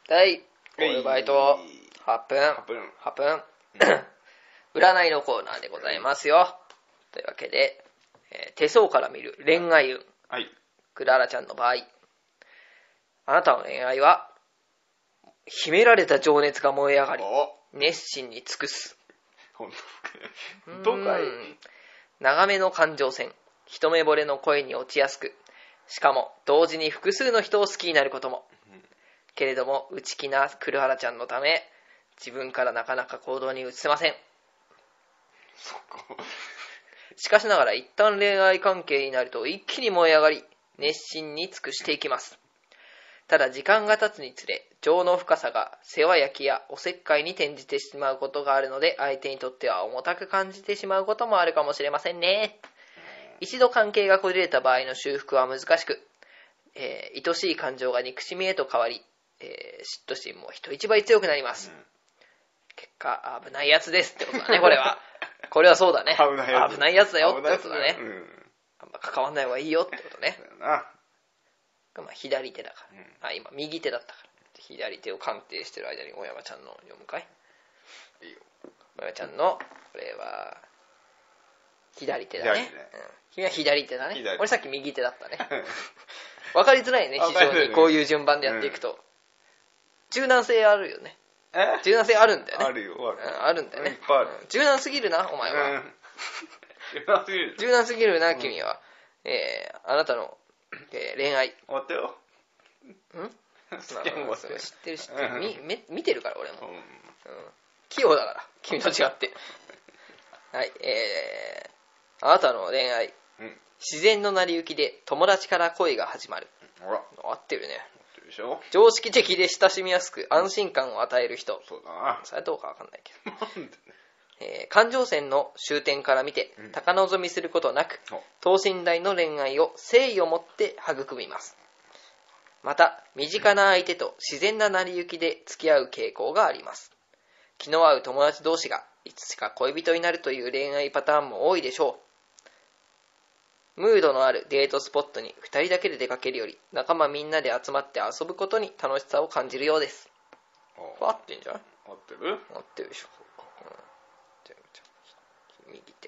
第オールバイト8分占いのコーナーでございますよ。というわけで、手相から見る恋愛運。 はい。 クララちゃんの場合、あなたの恋愛は秘められた情熱が燃え上がり、熱心に尽くす。 本当かい。 長めの感情線、一目惚れの恋に落ちやすく、しかも同時に複数の人を好きになることも。けれども内気な栗原ちゃんのため、自分からなかなか行動に移せません。 そこ。 しかしながら一旦恋愛関係になると一気に燃え上がり、熱心に尽くしていきます。ただ時間が経つにつれ、情の深さが世話焼きやおせっかいに転じてしまうことがあるので、相手にとっては重たく感じてしまうこともあるかもしれませんね。一度関係がこじれた場合の修復は難しく、愛しい感情が憎しみへと変わり、嫉妬心も人一倍強くなります。結果、危ないやつですってことだね、これは。これはそうだね。危ないやつだよってことだね。あんま関わんない方がいいよってことね。まあ、左手だから、今右手だったから左手を鑑定してる間に大山ちゃんの読むかい。いいよ。大山ちゃんのこれは左手だね。君は左手だね。俺さっき右手だったね。分かりづらいね、非常にこういう順番でやっていくと。柔軟性あるよね。柔軟性あるんだよね。 あるよ、 あるんだよね。 いっぱいある。 柔軟すぎるな、お前は。柔軟すぎるな、君は。あなたの恋愛。 終わったよ。 知ってる。見てるから俺も。器用だから、君と違って。はい、あなたの恋愛。自然の成り行きで友達から恋が始まる。合ってるね。常識的で親しみやすく安心感を与える人。 そうだな。 それはどうかわかんないけど。感情線の終点から見て、高望みすることなく、等身大の恋愛を誠意を持って育みます。また、身近な相手と自然な成り行きで付き合う傾向があります。気の合う友達同士がいつしか恋人になるという恋愛パターンも多いでしょう。ムードのあるデートスポットに2人だけで出かけるより、仲間みんなで集まって遊ぶことに楽しさを感じるようです。合ってんじゃん。 合ってるでしょ。じゃあ右手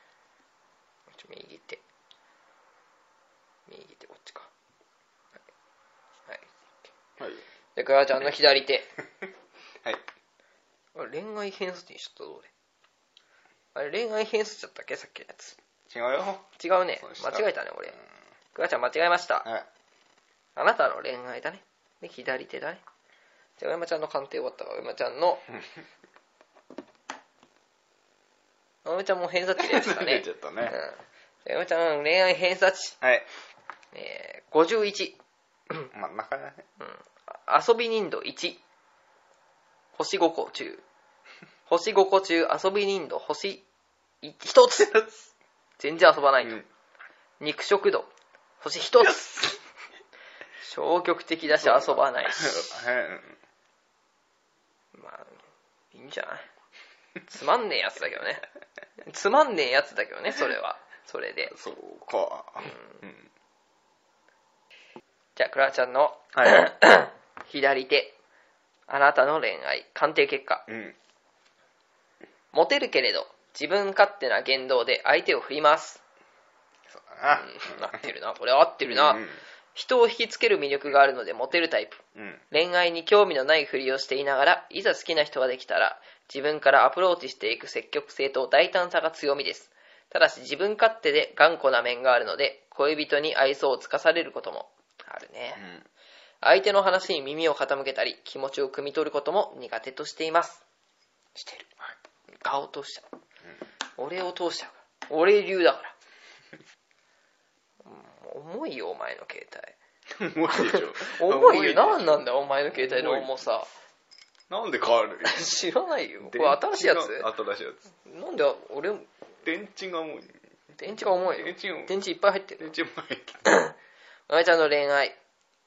こっちか。はい。で、かやちゃんの左手。 はい。 恋愛偏差値にしちゃったどうで。あれ恋愛偏差値だったっけ、さっきのやつ。 違うよ。 違うね。間違えたね、俺。かやちゃん間違えました。あなたの恋愛だね。で、左手だね。じゃあ、お山ちゃんの鑑定終わったわ。お山ちゃんの。お山ちゃんも偏差値でしたね。 出ちゃったね。 お山ちゃんの恋愛偏差値。 はい。 51。 真ん中だね。 遊び人度1。星5個中。星5個中、遊び人度星1つ。全然遊ばないと。肉食度星1つ。消極的だし遊ばないし。まあいいんじゃない。つまんねえやつだけどね。それはそれで。 そうか。 じゃあクラちゃんの、左手。あなたの恋愛鑑定結果。モテるけれど自分勝手な言動で相手を振ります。 そうだな。なってるな。これ合ってるな。人を引きつける魅力があるのでモテるタイプ。恋愛に興味のないふりをしていながら、いざ好きな人ができたら自分からアプローチしていく積極性と大胆さが強みです。ただし自分勝手で頑固な面があるので、恋人に愛想をつかされることもあるね。相手の話に耳を傾けたり、気持ちを汲み取ることも苦手としています。してる。顔を通しちゃう。俺を通しちゃうから。俺流だから。重いよ、お前の携帯。 重いでしょ。 重いよ。何なんだよ、お前の携帯の重さ。 なんで変わる？ 知らないよ。これ新しいやつ？ 新しいやつ。 なんで俺、 電池が重い。 電池が重いよ。電池いっぱい入ってる。 電池いっぱい入ってる。 お前ちゃんの恋愛。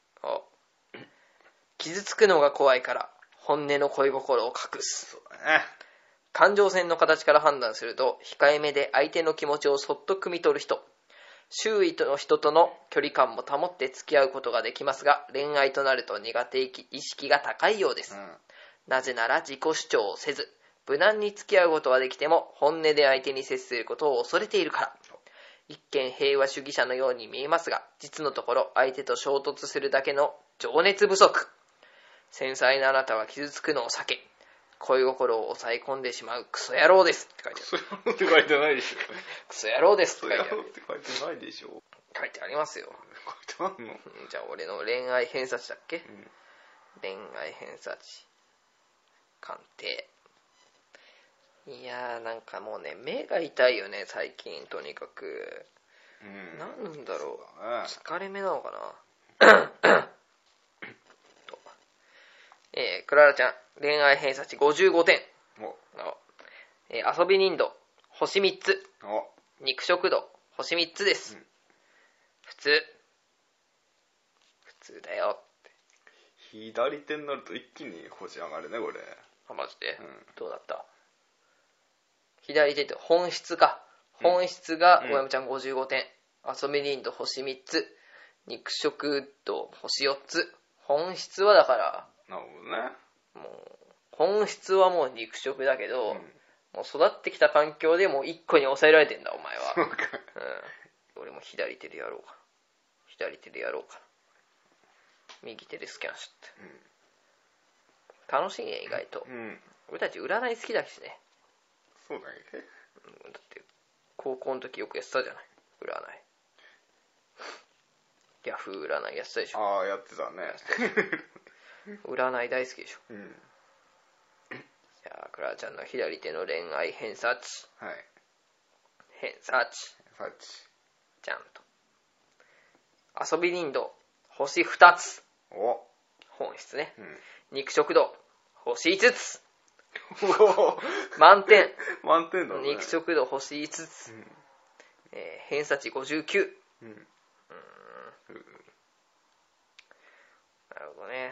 傷つくのが怖いから本音の恋心を隠す。 そうだね。 感情線の形から判断すると、控えめで相手の気持ちをそっと汲み取る人。 周囲の人との距離感も保って付き合うことができますが、恋愛となると苦手意識が高いようです。なぜなら自己主張をせず、無難に付き合うことはできても本音で相手に接することを恐れているから。一見平和主義者のように見えますが、実のところ相手と衝突するだけの情熱不足。繊細なあなたは傷つくのを避け、恋心を抑え込んでしまうクソ野郎ですって書いてある。 クソ野郎って書いてないでしょ。 クソ野郎ですクソって書いてある。 野郎って書いてないでしょ。 書いてありますよ。 書いてあんの？ じゃあ俺の恋愛偏差値だっけ、恋愛偏差値鑑定。いやーなんかもうね、目が痛いよね最近。とにかく何なんだろう、疲れ目なのかなクララちゃん恋愛偏差値55点。遊び人度星3つ、肉食度星3つです、普通だよって。 左手になると一気に星上がるねこれ。 マジで、どうだった？左手って本質か。本質が大山ちゃん55点、遊び人度星3つ、肉食度星4つ。本質はだから、 なるほどね。 もう本質はもう肉食だけど、もう育ってきた環境でもう1個に抑えられてんだお前は。俺も左手でやろうかな。右手でスキャンしちゃった、楽しいね意外と、俺たち占い好きだしね。 そうだっけ？ だって高校の時よくやってたじゃない占い。ヤフー占いやってたでしょ。 ああやってたね。 占い大好きでしょ。じゃあクラちゃんの左手の恋愛偏差値。偏差値ちゃんと遊び人度星2つ。本質ね、肉食度星5つ。満点だね。肉食度星5つ、偏差値59。なるほどね。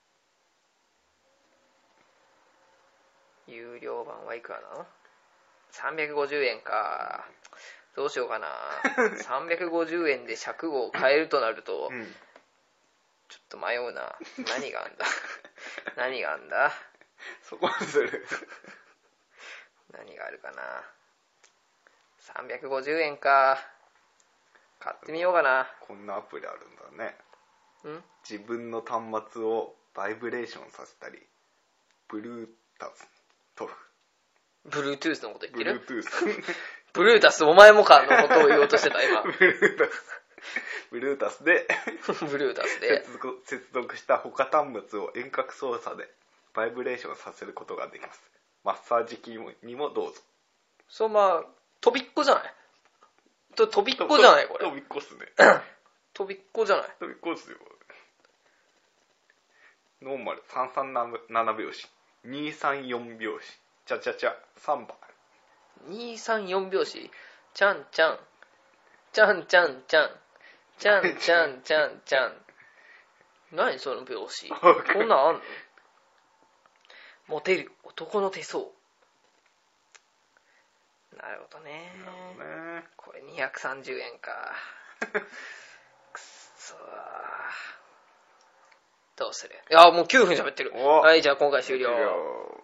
有料版はいくらなの？ 350 円か。どうしようかな。350円で尺号を変えるとなると、ちょっと迷うな。何があんだそこにする。 何があるかな。350円か。買ってみようかな。 こんなアプリあるんだね。自分の端末をバイブレーションさせたり、Bluetooth のこと言ってる？ Bluetooth ブルータス、お前もかのことを言おうとしてた今。 ブルータスで接続した他端末を遠隔操作でバイブレーションさせることができます。マッサージ機にもどうぞ。 そう、まあ飛びっこじゃない？飛びっこじゃないこれ。 飛びっこっすね。 飛びっこじゃない？ 飛びっこっすよ。ノーマル337拍子、234拍子、チャチャチャ3番。 234拍子、チャンチャンチャンチャンチャンチャンチャンチャンチャン。何その拍子。こんなんあんの？モテる男の手相。なるほどね。これ230円か。くっそー。どうする？いやもう9分喋ってる。はい、じゃあ今回終了。